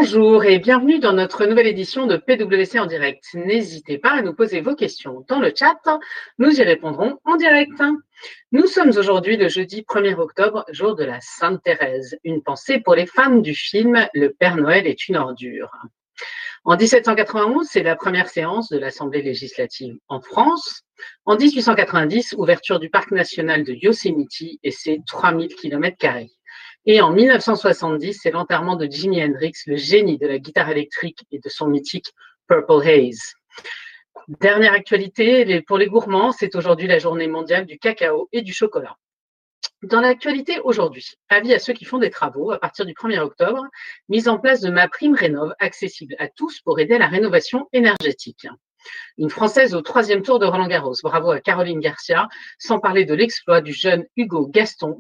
Bonjour et bienvenue dans notre nouvelle édition de PwC en direct. N'hésitez pas à nous poser vos questions dans le chat, nous y répondrons en direct. Nous sommes aujourd'hui le jeudi 1er octobre, jour de la Sainte Thérèse. Une pensée pour les fans du film Le Père Noël est une ordure. En 1791, c'est la première séance de l'Assemblée législative en France. En 1890, ouverture du parc national de Yosemite et ses 3000 km². Et en 1970, c'est l'enterrement de Jimi Hendrix, le génie de la guitare électrique et de son mythique Purple Haze. Dernière actualité, pour les gourmands, c'est aujourd'hui la journée mondiale du cacao et du chocolat. Dans l'actualité aujourd'hui, avis à ceux qui font des travaux, à partir du 1er octobre, mise en place de MaPrimeRénov', accessible à tous pour aider à la rénovation énergétique. Une Française au 3e tour de Roland-Garros. Bravo à Caroline Garcia, sans parler de l'exploit du jeune Hugo Gaston,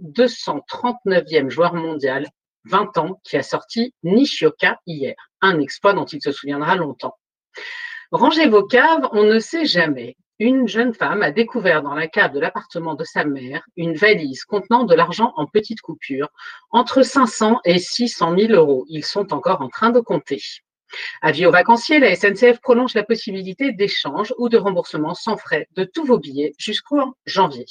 239e joueur mondial, 20 ans, qui a sorti Nishioka hier. Un exploit dont il se souviendra longtemps. Rangez vos caves, on ne sait jamais. Une jeune femme a découvert dans la cave de l'appartement de sa mère une valise contenant de l'argent en petites coupures, entre 500 et 600 000 euros. Ils sont encore en train de compter. Avis aux vacanciers, la SNCF prolonge la possibilité d'échange ou de remboursement sans frais de tous vos billets jusqu'en janvier.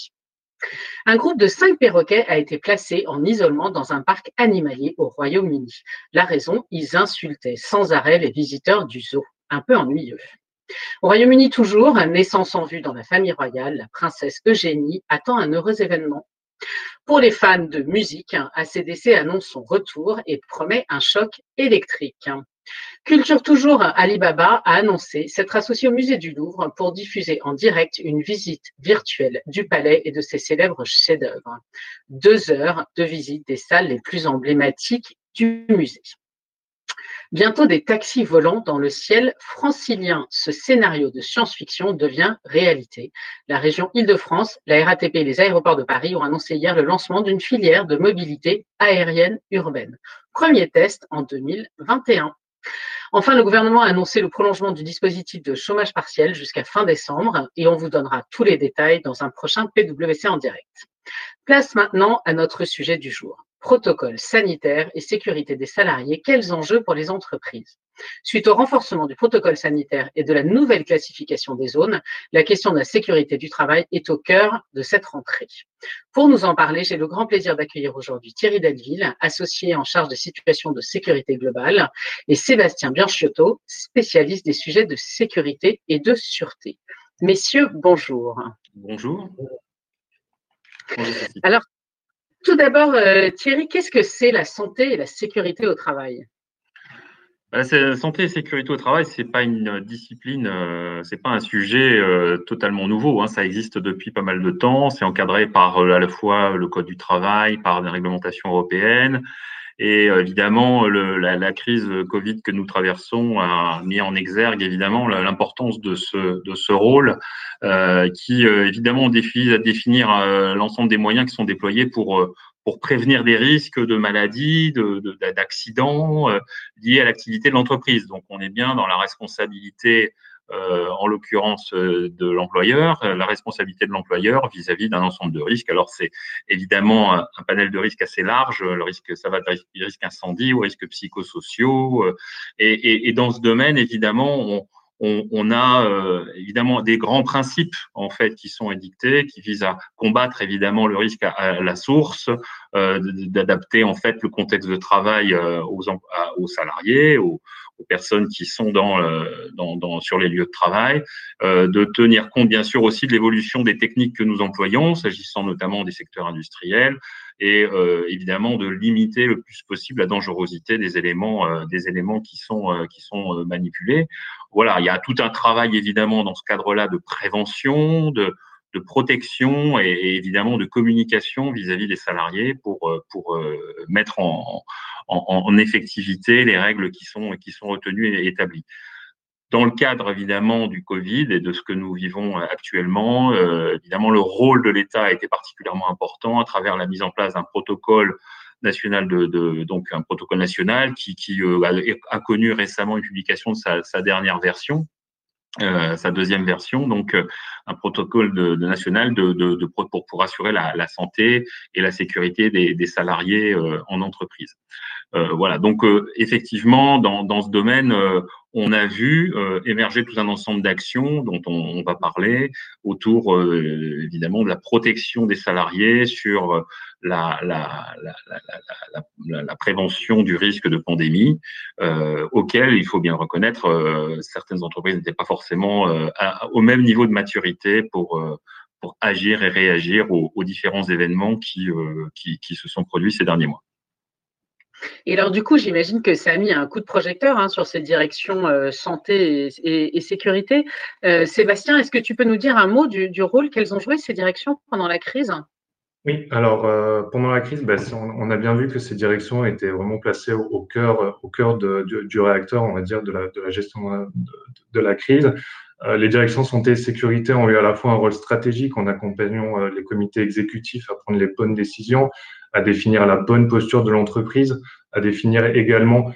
Un groupe de 5 perroquets a été placé en isolement dans un parc animalier au Royaume-Uni. La raison, ils insultaient sans arrêt les visiteurs du zoo. Un peu ennuyeux. Au Royaume-Uni toujours, naissance en vue dans la famille royale, la princesse Eugénie attend un heureux événement. Pour les fans de musique, AC/DC annonce son retour et promet un choc électrique. Culture toujours, Alibaba a annoncé s'être associé au musée du Louvre pour diffuser en direct une visite virtuelle du palais et de ses célèbres chefs-d'œuvre. 2 heures de visite des salles les plus emblématiques du musée. Bientôt des taxis volants dans le ciel francilien. Ce scénario de science-fiction devient réalité. La région Île-de-France, la RATP et les aéroports de Paris ont annoncé hier le lancement d'une filière de mobilité aérienne urbaine. Premier test en 2021. Enfin, le gouvernement a annoncé le prolongement du dispositif de chômage partiel jusqu'à fin décembre et on vous donnera tous les détails dans un prochain PwC en direct. Place maintenant à notre sujet du jour. Protocole sanitaire et sécurité des salariés, quels enjeux pour les entreprises? Suite au renforcement du protocole sanitaire et de la nouvelle classification des zones, la question de la sécurité du travail est au cœur de cette rentrée. Pour nous en parler, j'ai le grand plaisir d'accueillir aujourd'hui Thierry Delville, associé en charge des situations de sécurité globale, et Sébastien Bianciotto, spécialiste des sujets de sécurité et de sûreté. Messieurs, bonjour. Bonjour. Alors, tout d'abord, Thierry, qu'est-ce que c'est la santé et la sécurité au travail? La santé et sécurité au travail, c'est pas une discipline, c'est pas un sujet totalement nouveau. Hein. Ça existe depuis pas mal de temps. C'est encadré par à la fois le Code du travail, par des réglementations européennes. Et évidemment, la crise Covid que nous traversons a mis en exergue évidemment l'importance de ce rôle qui évidemment définir l'ensemble des moyens qui sont déployés pour prévenir des risques de maladies, d'accidents liés à l'activité de l'entreprise. Donc, on est bien dans la responsabilité en l'occurrence de l'employeur, la responsabilité de l'employeur vis-à-vis d'un ensemble de risques. Alors, c'est évidemment un panel de risques assez large. Le risque, ça va de risque incendie aux risques psychosociaux. Et dans ce domaine, évidemment, on a évidemment des grands principes en fait qui sont édictés, qui visent à combattre évidemment le risque à la source, d'adapter en fait le contexte de travail aux salariés, aux personnes qui sont sur les lieux de travail, de tenir compte bien sûr aussi de l'évolution des techniques que nous employons, s'agissant notamment des secteurs industriels, et évidemment de limiter le plus possible la dangerosité des éléments qui sont manipulés. Voilà, il y a tout un travail évidemment dans ce cadre-là de prévention, de protection et évidemment de communication vis-à-vis des salariés pour mettre en effectivité les règles qui sont retenues et établies. Dans le cadre évidemment du Covid et de ce que nous vivons actuellement, évidemment le rôle de l'État a été particulièrement important à travers la mise en place d'un protocole national donc un protocole national qui a connu récemment une publication de sa dernière version. Sa deuxième version, donc un protocole national pour assurer la santé et la sécurité des salariés en entreprise. Voilà. Donc, effectivement, dans ce domaine, on a vu émerger tout un ensemble d'actions dont on va parler autour, évidemment, de la protection des salariés sur la prévention du risque de pandémie, auquel, il faut bien le reconnaître, certaines entreprises n'étaient pas forcément au même niveau de maturité pour agir et réagir aux différents événements qui se sont produits ces derniers mois. Et alors, du coup, j'imagine que ça a mis un coup de projecteur sur cette direction santé et sécurité. Sébastien, est-ce que tu peux nous dire un mot du rôle qu'elles ont joué, ces directions, pendant la crise? Oui, alors pendant la crise, on a bien vu que ces directions étaient vraiment placées au cœur du réacteur, on va dire, de la gestion de la crise. Les directions santé et sécurité ont eu à la fois un rôle stratégique en accompagnant les comités exécutifs à prendre les bonnes décisions, à définir la bonne posture de l'entreprise, à définir également,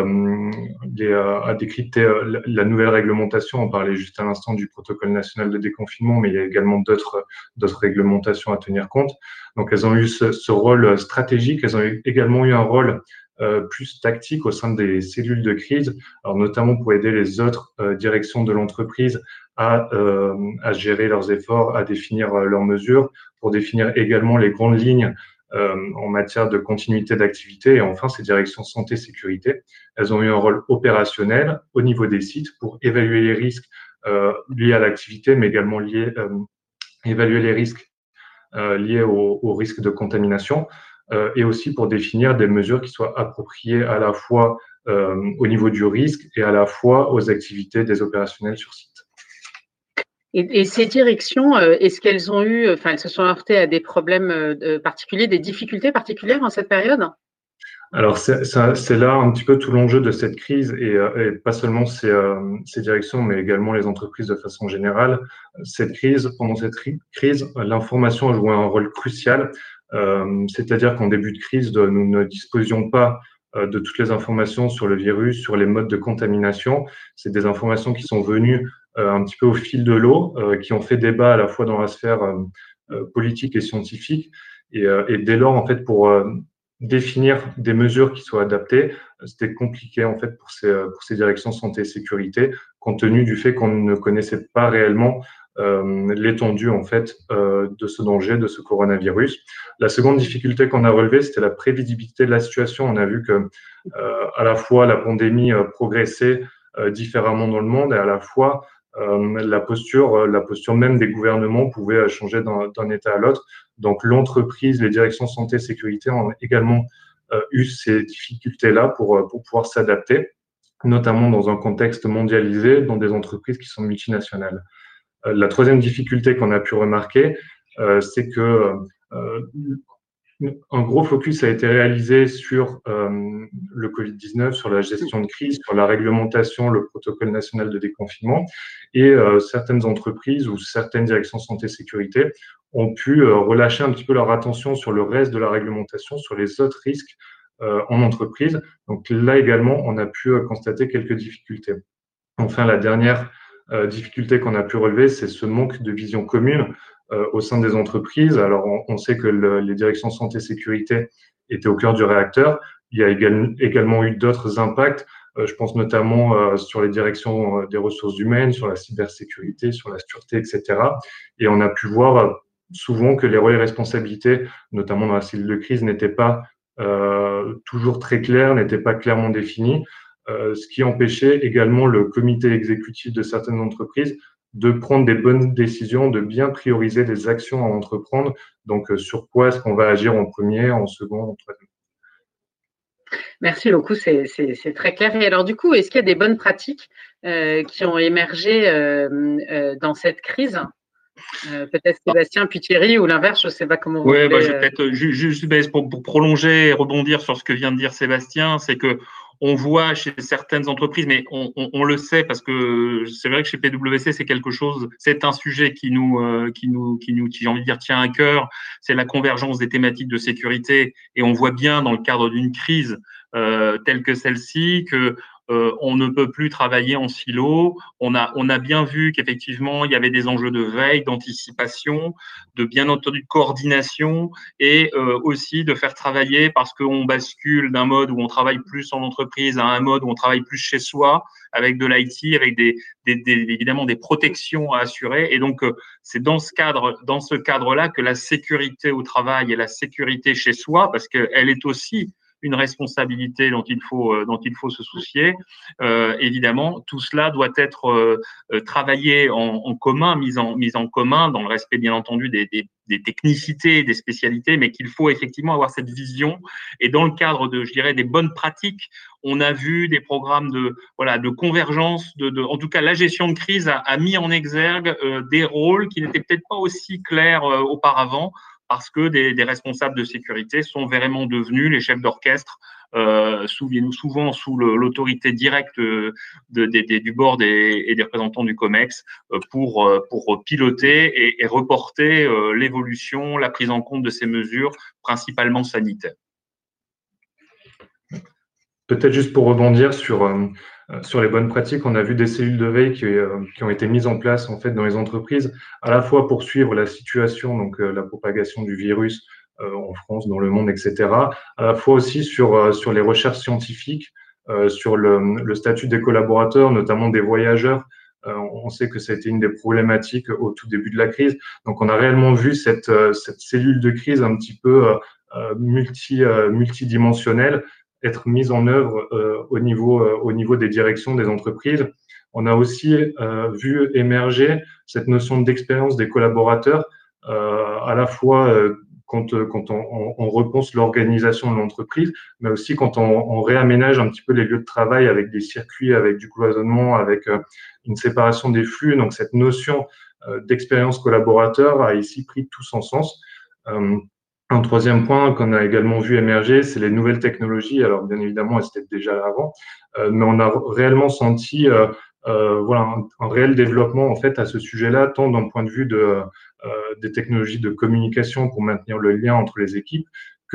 à décrypter la nouvelle réglementation. On parlait juste à l'instant du protocole national de déconfinement, mais il y a également d'autres réglementations à tenir compte. Donc, elles ont eu ce rôle stratégique. Elles ont également eu un rôle plus tactique au sein des cellules de crise, alors notamment pour aider les autres directions de l'entreprise à gérer leurs efforts, à définir leurs mesures, pour définir également les grandes lignes en matière de continuité d'activité. Et enfin, ces directions santé-sécurité, elles ont eu un rôle opérationnel au niveau des sites pour évaluer les risques liés à l'activité, mais également évaluer les risques liés au risque de contamination et aussi pour définir des mesures qui soient appropriées à la fois au niveau du risque et à la fois aux activités des opérationnels sur site. Et ces directions, est-ce qu'elles ont eu, elles se sont heurtées à des problèmes particuliers, des difficultés particulières en cette période? Alors, c'est là un petit peu tout l'enjeu de cette crise et pas seulement ces directions, mais également les entreprises de façon générale. Pendant cette crise, l'information a joué un rôle crucial. C'est-à-dire qu'en début de crise, nous ne disposions pas de toutes les informations sur le virus, sur les modes de contamination. C'est des informations qui sont venues un petit peu au fil de l'eau, qui ont fait débat à la fois dans la sphère politique et scientifique. Et dès lors, en fait, pour définir des mesures qui soient adaptées, c'était compliqué en fait pour ces directions santé et sécurité, compte tenu du fait qu'on ne connaissait pas réellement l'étendue en fait de ce danger, de ce coronavirus. La seconde difficulté qu'on a relevée, c'était la prévisibilité de la situation. On a vu que à la fois la pandémie progressait différemment dans le monde et à la fois la posture même des gouvernements pouvait changer d'un état à l'autre. Donc l'entreprise, les directions santé et sécurité ont également eu ces difficultés-là pour pouvoir s'adapter, notamment dans un contexte mondialisé, dans des entreprises qui sont multinationales. La troisième difficulté qu'on a pu remarquer, c'est que un gros focus a été réalisé sur le Covid-19, sur la gestion de crise, sur la réglementation, le protocole national de déconfinement. Et certaines entreprises ou certaines directions santé et sécurité ont pu relâcher un petit peu leur attention sur le reste de la réglementation, sur les autres risques en entreprise. Donc là également, on a pu constater quelques difficultés. Enfin, la dernière difficulté qu'on a pu relever, c'est ce manque de vision commune au sein des entreprises. Alors, on sait que les directions santé et sécurité étaient au cœur du réacteur. Il y a également eu d'autres impacts. Je pense notamment sur les directions des ressources humaines, sur la cybersécurité, sur la sûreté, etc. Et on a pu voir souvent que les rôles et responsabilités, notamment dans la cellule de crise, n'étaient pas toujours très clairs, n'étaient pas clairement définis. Ce qui empêchait également le comité exécutif de certaines entreprises de prendre des bonnes décisions, de bien prioriser les actions à entreprendre. Donc, sur quoi est-ce qu'on va agir en premier, en second, en troisième? Merci beaucoup, c'est très clair. Et alors, du coup, est-ce qu'il y a des bonnes pratiques qui ont émergé dans cette crise? Peut-être Sébastien puis Thierry, ou l'inverse, je ne sais pas comment vous voulez. Oui, je vais peut-être juste pour prolonger et rebondir sur ce que vient de dire Sébastien, c'est que on voit chez certaines entreprises, mais on le sait parce que c'est vrai que chez PwC, c'est un sujet qui j'ai envie de dire, tient à cœur. C'est la convergence des thématiques de sécurité, et on voit bien dans le cadre d'une crise telle que celle-ci que on ne peut plus travailler en silo. On a bien vu qu'effectivement, il y avait des enjeux de veille, d'anticipation, de bien entendu de coordination et aussi de faire travailler parce qu'on bascule d'un mode où on travaille plus en entreprise à un mode où on travaille plus chez soi avec de l'IT, avec évidemment des protections à assurer. Et donc, c'est dans ce cadre-là que la sécurité au travail et la sécurité chez soi, parce qu'elle est aussi une responsabilité dont il faut se soucier. Évidemment, tout cela doit être travaillé en commun, mis en commun, dans le respect bien entendu des technicités, des spécialités, mais qu'il faut effectivement avoir cette vision. Et dans le cadre je dirais, des bonnes pratiques, on a vu des programmes de convergence, en tout cas, la gestion de crise a mis en exergue des rôles qui n'étaient peut-être pas aussi clairs auparavant, parce que des responsables de sécurité sont vraiment devenus les chefs d'orchestre, souvent sous l'autorité directe du board et des représentants du COMEX, pour piloter et reporter l'évolution, la prise en compte de ces mesures, principalement sanitaires. Peut-être juste pour rebondir sur les bonnes pratiques, on a vu des cellules de veille qui ont été mises en place en fait dans les entreprises, à la fois pour suivre la situation, donc la propagation du virus en France, dans le monde, etc., à la fois aussi sur les recherches scientifiques, sur le statut des collaborateurs, notamment des voyageurs. On sait que ça a été une des problématiques au tout début de la crise. Donc, on a réellement vu cette cellule de crise un petit peu multidimensionnelle être mise en œuvre au niveau des directions des entreprises. On a aussi vu émerger cette notion d'expérience des collaborateurs, à la fois quand on repense l'organisation de l'entreprise, mais aussi quand on réaménage un petit peu les lieux de travail avec des circuits, avec du cloisonnement, avec une séparation des flux. Donc, cette notion d'expérience collaborateur a ici pris tout son sens. Un troisième point qu'on a également vu émerger, c'est les nouvelles technologies. Alors, bien évidemment, elles étaient déjà là avant, mais on a réellement senti voilà, un réel développement en fait à ce sujet-là, tant d'un point de vue des technologies de communication pour maintenir le lien entre les équipes, que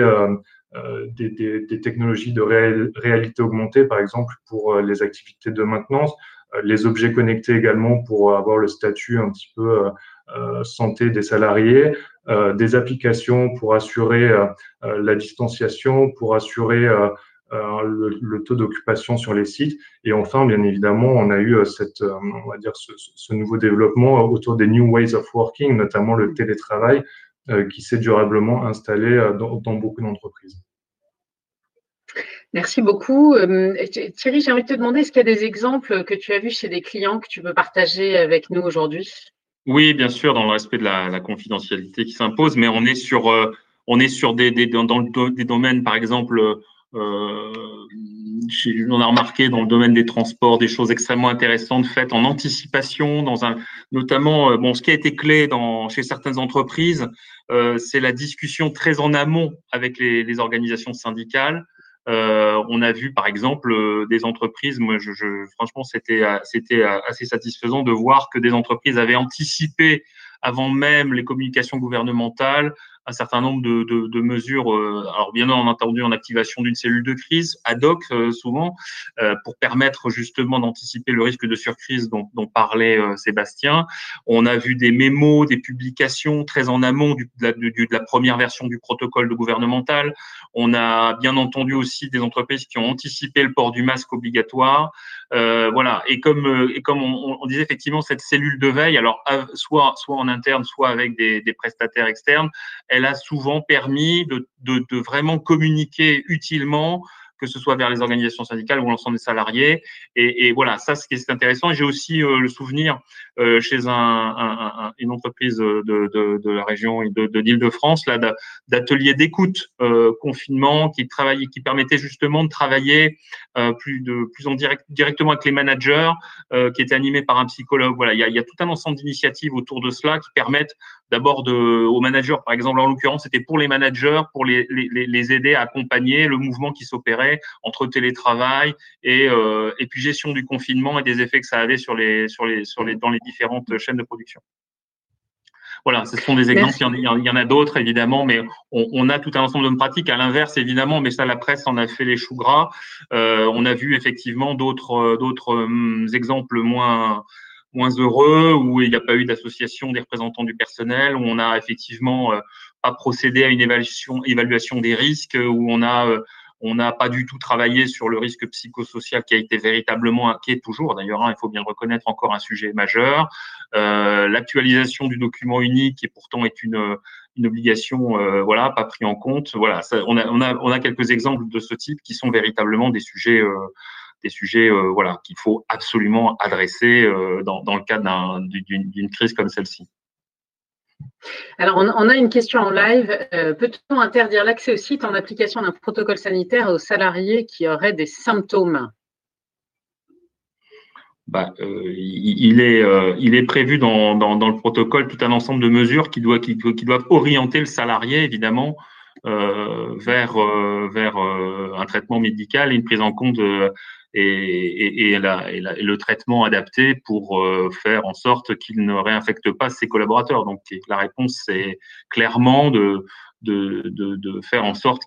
des technologies de réalité augmentée, par exemple, pour les activités de maintenance, les objets connectés également pour avoir le statut un petit peu santé des salariés, des applications pour assurer la distanciation, pour assurer le taux d'occupation sur les sites. Et enfin, bien évidemment, on a eu on va dire ce nouveau développement autour des new ways of working, notamment le télétravail, qui s'est durablement installé dans beaucoup d'entreprises. Merci beaucoup. Thierry, j'ai envie de te demander, est-ce qu'il y a des exemples que tu as vus chez des clients que tu peux partager avec nous aujourd'hui? Oui, bien sûr, dans le respect de la confidentialité qui s'impose, mais on est sur des domaines, par exemple, on a remarqué dans le domaine des transports des choses extrêmement intéressantes faites en anticipation, notamment, ce qui a été clé chez certaines entreprises, c'est la discussion très en amont avec les organisations syndicales. On a vu, par exemple, des entreprises. Moi, franchement, c'était assez satisfaisant de voir que des entreprises avaient anticipé avant même les communications gouvernementales un certain nombre de mesures. Alors bien entendu en activation d'une cellule de crise ad hoc souvent pour permettre justement d'anticiper le risque de surcrise dont parlait Sébastien. On a vu des mémos, des publications très en amont de la première version du protocole gouvernemental. On a bien entendu aussi des entreprises qui ont anticipé le port du masque obligatoire. Voilà. Et comme on disait effectivement, cette cellule de veille, alors soit en interne, soit avec des prestataires externes, elle a souvent permis de vraiment communiquer utilement, que ce soit vers les organisations syndicales ou l'ensemble des salariés. Et voilà, ça, ce qui est intéressant. J'ai aussi le souvenir chez une entreprise de la région de l'Île-de-France, là, d'ateliers d'écoute confinement qui permettaient justement de travailler plus en directement avec les managers, qui étaient animés par un psychologue. Voilà, il y a tout un ensemble d'initiatives autour de cela qui permettent d'abord aux managers, par exemple, en l'occurrence, c'était pour les managers, pour les aider à accompagner le mouvement qui s'opérait entre télétravail et puis gestion du confinement et des effets que ça avait dans les différentes chaînes de production. Voilà, ce sont des exemples. Il y en a d'autres, évidemment, mais on a tout un ensemble de pratiques. À l'inverse, évidemment, mais ça, la presse en a fait les choux gras. On a vu effectivement d'autres exemples moins heureux, où il n'y a pas eu d'association des représentants du personnel, où on a effectivement pas procédé à une évaluation des risques, où on n'a pas du tout travaillé sur le risque psychosocial qui a été véritablement, qui est toujours d'ailleurs, il faut bien le reconnaître, encore un sujet majeur. L'actualisation du document unique, qui pourtant est une obligation, voilà, pas pris en compte. Voilà, ça, on a quelques exemples de ce type qui sont véritablement des sujets voilà, qu'il faut absolument adresser dans le cadre d'une crise comme celle-ci. Alors, on a une question en live. Peut-on interdire l'accès au site en application d'un protocole sanitaire aux salariés qui auraient des symptômes? Il est prévu dans le protocole tout un ensemble de mesures qui doivent orienter le salarié, évidemment, vers un traitement médical et une prise en compte et le traitement adapté pour faire en sorte qu'il ne réinfecte pas ses collaborateurs. Donc, la réponse, c'est clairement de faire en sorte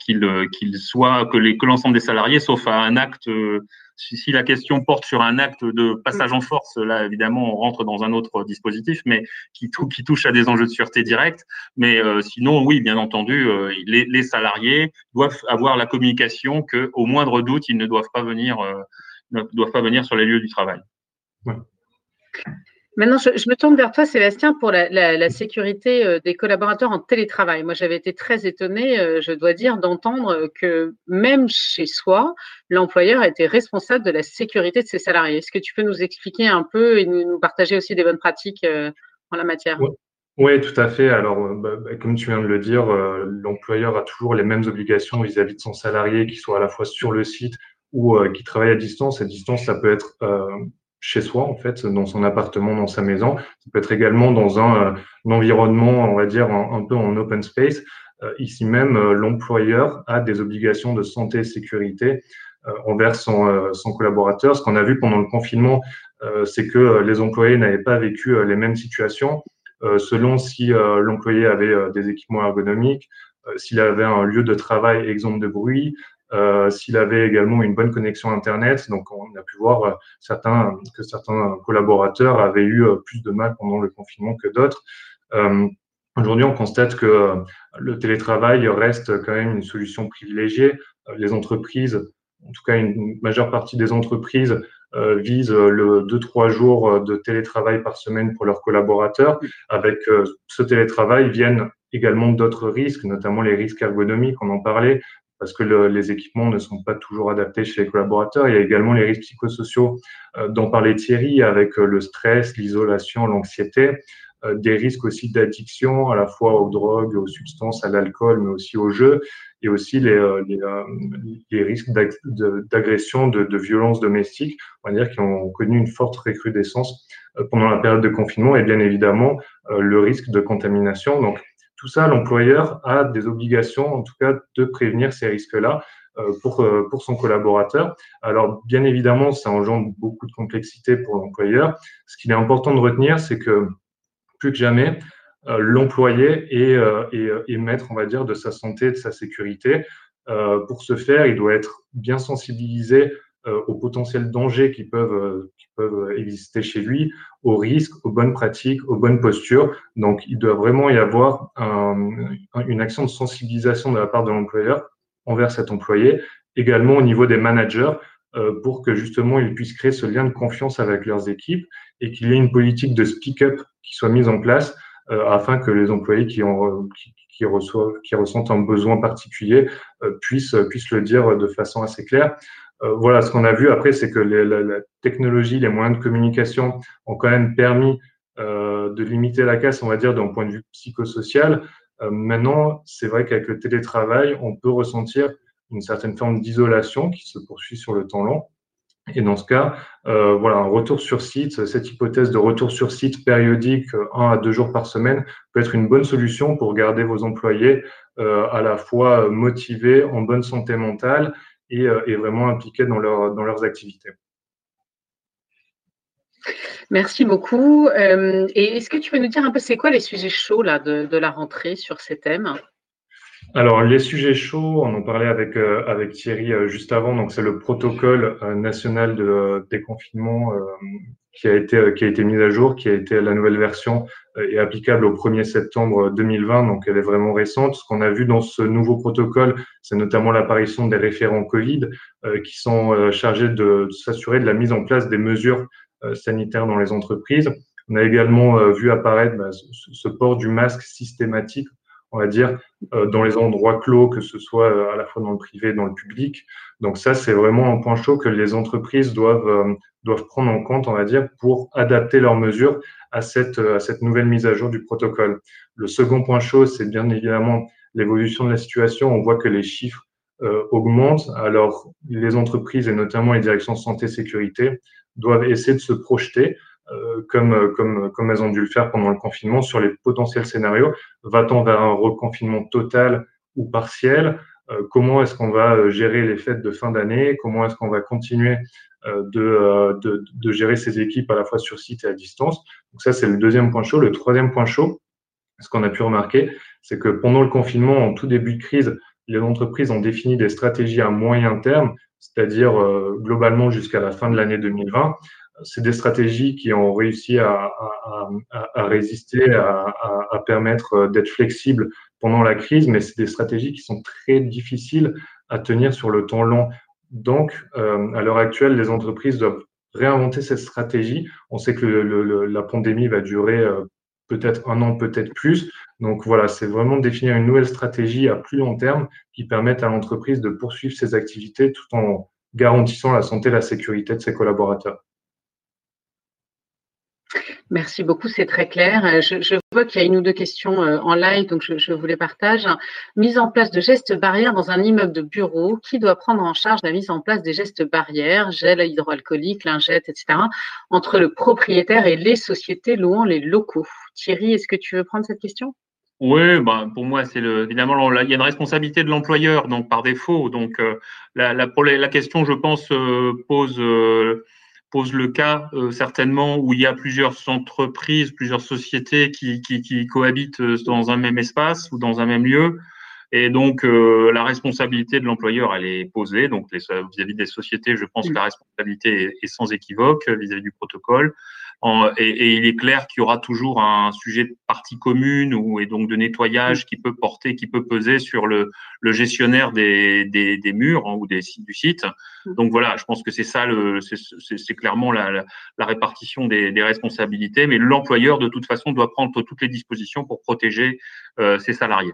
que l'ensemble des salariés, sauf à un acte, si la question porte sur un acte de passage en force, là, évidemment, on rentre dans un autre dispositif, mais qui touche à des enjeux de sûreté directe. Mais sinon, oui, bien entendu, les salariés doivent avoir la communication qu'au moindre doute, ils ne doivent pas venir sur les lieux du travail. Ouais. Maintenant, je me tourne vers toi, Sébastien, pour la sécurité des collaborateurs en télétravail. Moi, j'avais été très étonnée, je dois dire, d'entendre que même chez soi, l'employeur était responsable de la sécurité de ses salariés. Est-ce que tu peux nous expliquer un peu et nous partager aussi des bonnes pratiques en la matière? Oui, tout à fait. Alors, comme tu viens de le dire, l'employeur a toujours les mêmes obligations vis-à-vis de son salarié, qui soit à la fois sur le site ou qui travaille à distance. À distance, ça peut être chez soi, en fait, dans son appartement, dans sa maison. Ça peut être également dans un environnement, on va dire, un peu en open space. Ici même, l'employeur a des obligations de santé et sécurité envers son collaborateur. Ce qu'on a vu pendant le confinement, c'est que les employés n'avaient pas vécu les mêmes situations. Selon si l'employé avait des équipements ergonomiques, s'il avait un lieu de travail exempt de bruit, s'il avait également une bonne connexion Internet. Donc, on a pu voir que certains collaborateurs avaient eu plus de mal pendant le confinement que d'autres. Aujourd'hui, on constate que le télétravail reste quand même une solution privilégiée. Les entreprises, en tout cas une majeure partie des entreprises, visent le 2-3 jours de télétravail par semaine pour leurs collaborateurs. Avec ce télétravail viennent également d'autres risques, notamment les risques ergonomiques, on en parlait, parce que les équipements ne sont pas toujours adaptés chez les collaborateurs. Il y a également les risques psychosociaux dont parlait Thierry, avec le stress, l'isolation, l'anxiété. Des risques aussi d'addiction, à la fois aux drogues, aux substances, à l'alcool, mais aussi aux jeux, et aussi les risques d'agression, de violence domestique, on va dire, qui ont connu une forte recrudescence pendant la période de confinement, et bien évidemment le risque de contamination. Donc, tout ça, l'employeur a des obligations, en tout cas, de prévenir ces risques-là pour son collaborateur. Alors, bien évidemment, ça engendre beaucoup de complexité pour l'employeur. Ce qu'il est important de retenir, c'est que plus que jamais, l'employé est maître, on va dire, de sa santé, de sa sécurité. Pour ce faire, il doit être bien sensibilisé aux potentiels dangers qui peuvent exister chez lui, aux risques, aux bonnes pratiques, aux bonnes postures. Donc, il doit vraiment y avoir une action de sensibilisation de la part de l'employeur envers cet employé, également au niveau des managers, pour que justement ils puissent créer ce lien de confiance avec leurs équipes et qu'il y ait une politique de speak-up qui soit mise en place afin que les employés qui ressentent un besoin particulier puissent le dire de façon assez claire. Voilà, ce qu'on a vu après, c'est que la technologie, les moyens de communication ont quand même permis de limiter la casse, on va dire, d'un point de vue psychosocial. Maintenant, c'est vrai qu'avec le télétravail, on peut ressentir une certaine forme d'isolation qui se poursuit sur le temps long. Et dans ce cas, voilà, un retour sur site, cette hypothèse de retour sur site périodique, 1 à 2 jours par semaine, peut être une bonne solution pour garder vos employés à la fois motivés, en bonne santé mentale et vraiment impliqués dans leurs activités. Merci beaucoup. Et est-ce que tu peux nous dire un peu, c'est quoi les sujets chauds là, de la rentrée sur ces thèmes? Alors, les sujets chauds, on en parlait avec Thierry juste avant. Donc, c'est le protocole national de déconfinement qui a été mis à jour, qui a été la nouvelle version est applicable au 1er septembre 2020. Donc, elle est vraiment récente. Ce qu'on a vu dans ce nouveau protocole, c'est notamment l'apparition des référents Covid qui sont chargés de s'assurer de la mise en place des mesures sanitaires dans les entreprises. On a également vu apparaître ce port du masque systématique, on va dire, dans les endroits clos, que ce soit à la fois dans le privé et dans le public. Donc ça, c'est vraiment un point chaud que les entreprises doivent prendre en compte, on va dire, pour adapter leurs mesures à cette nouvelle mise à jour du protocole. Le second point chaud, c'est bien évidemment l'évolution de la situation. On voit que les chiffres augmentent. Alors, les entreprises et notamment les directions santé-sécurité doivent essayer de se projeter comme elles ont dû le faire pendant le confinement sur les potentiels scénarios. Va-t-on vers un reconfinement total ou partiel? Comment est-ce qu'on va gérer les fêtes de fin d'année? Comment est-ce qu'on va continuer de gérer ces équipes à la fois sur site et à distance? Donc ça, c'est le deuxième point chaud. Le troisième point chaud, ce qu'on a pu remarquer, c'est que pendant le confinement, en tout début de crise, les entreprises ont défini des stratégies à moyen terme, c'est-à-dire globalement jusqu'à la fin de l'année 2020. C'est des stratégies qui ont réussi à résister, à permettre d'être flexibles pendant la crise, mais c'est des stratégies qui sont très difficiles à tenir sur le temps long. Donc, à l'heure actuelle, les entreprises doivent réinventer cette stratégie. On sait que la pandémie va durer peut-être un an, peut-être plus. Donc voilà, c'est vraiment définir une nouvelle stratégie à plus long terme qui permette à l'entreprise de poursuivre ses activités tout en garantissant la santé et la sécurité de ses collaborateurs. Merci beaucoup, c'est très clair. Je vois qu'il y a une ou deux questions en live, donc je vous les partage. Mise en place de gestes barrières dans un immeuble de bureau. Qui doit prendre en charge la mise en place des gestes barrières, gel hydroalcoolique, lingettes, etc., entre le propriétaire et les sociétés louant les locaux? Thierry, est-ce que tu veux prendre cette question? Oui, ben, pour moi, évidemment, il y a une responsabilité de l'employeur, donc par défaut. Donc, la question, je pense, pose le cas certainement où il y a plusieurs entreprises, plusieurs sociétés qui cohabitent dans un même espace ou dans un même lieu. Et donc, la responsabilité de l'employeur, elle est posée. Donc, vis-à-vis des sociétés, je pense que la responsabilité est sans équivoque vis-à-vis du protocole. Et il est clair qu'il y aura toujours un sujet de partie commune et donc de nettoyage qui peut peser sur le gestionnaire des murs ou des sites du site. Donc voilà, je pense que c'est ça, c'est clairement la répartition des responsabilités. Mais l'employeur, de toute façon, doit prendre toutes les dispositions pour protéger ses salariés.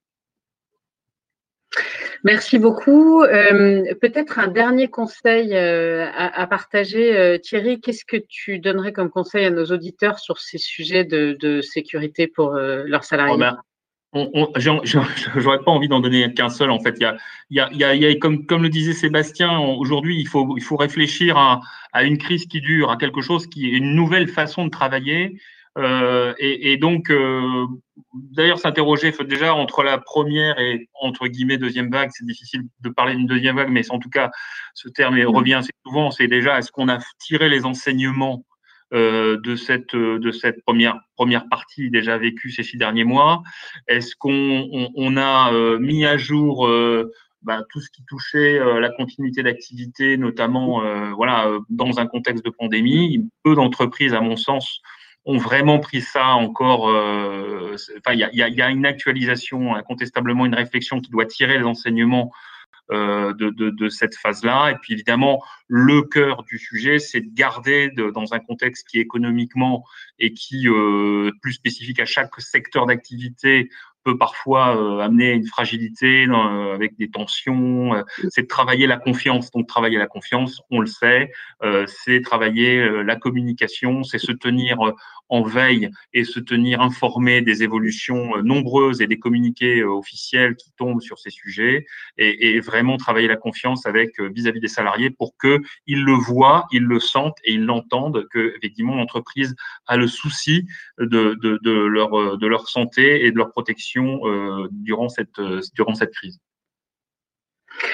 Merci beaucoup. Peut-être un dernier conseil à partager. Thierry, qu'est-ce que tu donnerais comme conseil à nos auditeurs sur ces sujets de sécurité pour leurs salariés? J'aurais pas envie d'en donner qu'un seul. En fait, comme le disait Sébastien, aujourd'hui, il faut réfléchir à une crise qui dure, à quelque chose qui est une nouvelle façon de travailler. Et donc, d'ailleurs, s'interroger déjà entre la première et entre guillemets deuxième vague. C'est difficile de parler d'une deuxième vague, mais en tout cas, ce terme revient assez souvent. C'est déjà, est-ce qu'on a tiré les enseignements de cette première partie déjà vécue ces 6 derniers mois? Est-ce qu'on a mis à jour tout ce qui touchait la continuité d'activité, notamment dans un contexte de pandémie? Peu d'entreprises, à mon sens, ont vraiment pris ça encore. Il y a une actualisation, incontestablement une réflexion qui doit tirer les enseignements de cette phase-là. Et puis évidemment, le cœur du sujet, c'est de garder dans un contexte qui économiquement et qui plus spécifique à chaque secteur d'activité peut parfois amener une fragilité avec des tensions. C'est de travailler la confiance. Donc travailler la confiance, on le sait, c'est travailler la communication, c'est se tenir en veille et se tenir informé des évolutions nombreuses et des communiqués officiels qui tombent sur ces sujets, et vraiment travailler la confiance avec vis-à-vis des salariés pour que ils le voient, ils le sentent et ils l'entendent, que effectivement l'entreprise a le souci de leur santé et de leur protection durant cette crise.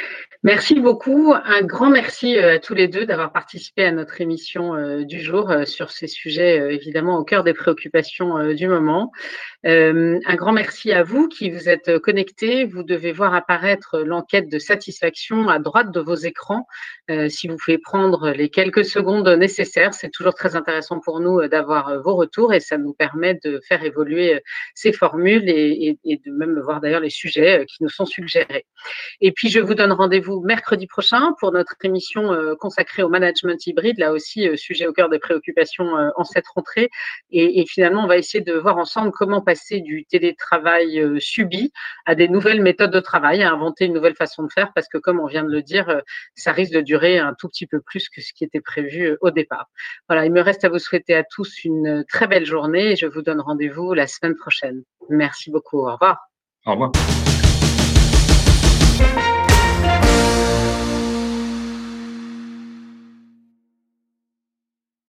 Merci beaucoup. Un grand merci à tous les deux d'avoir participé à notre émission du jour sur ces sujets évidemment au cœur des préoccupations du moment. Un grand merci à vous qui vous êtes connectés. Vous devez voir apparaître l'enquête de satisfaction à droite de vos écrans. Si vous pouvez prendre les quelques secondes nécessaires, c'est toujours très intéressant pour nous d'avoir vos retours et ça nous permet de faire évoluer ces formules et de même voir d'ailleurs les sujets qui nous sont suggérés. Et puis, je vous donne rendez-vous mercredi prochain pour notre émission consacrée au management hybride, là aussi, sujet au cœur des préoccupations en cette rentrée. Et finalement, on va essayer de voir ensemble comment passer du télétravail subi à des nouvelles méthodes de travail, à inventer une nouvelle façon de faire, parce que comme on vient de le dire, ça risque de durer un tout petit peu plus que ce qui était prévu au départ. Voilà, il me reste à vous souhaiter à tous une très belle journée et je vous donne rendez-vous la semaine prochaine. Merci beaucoup. Au revoir. Au revoir.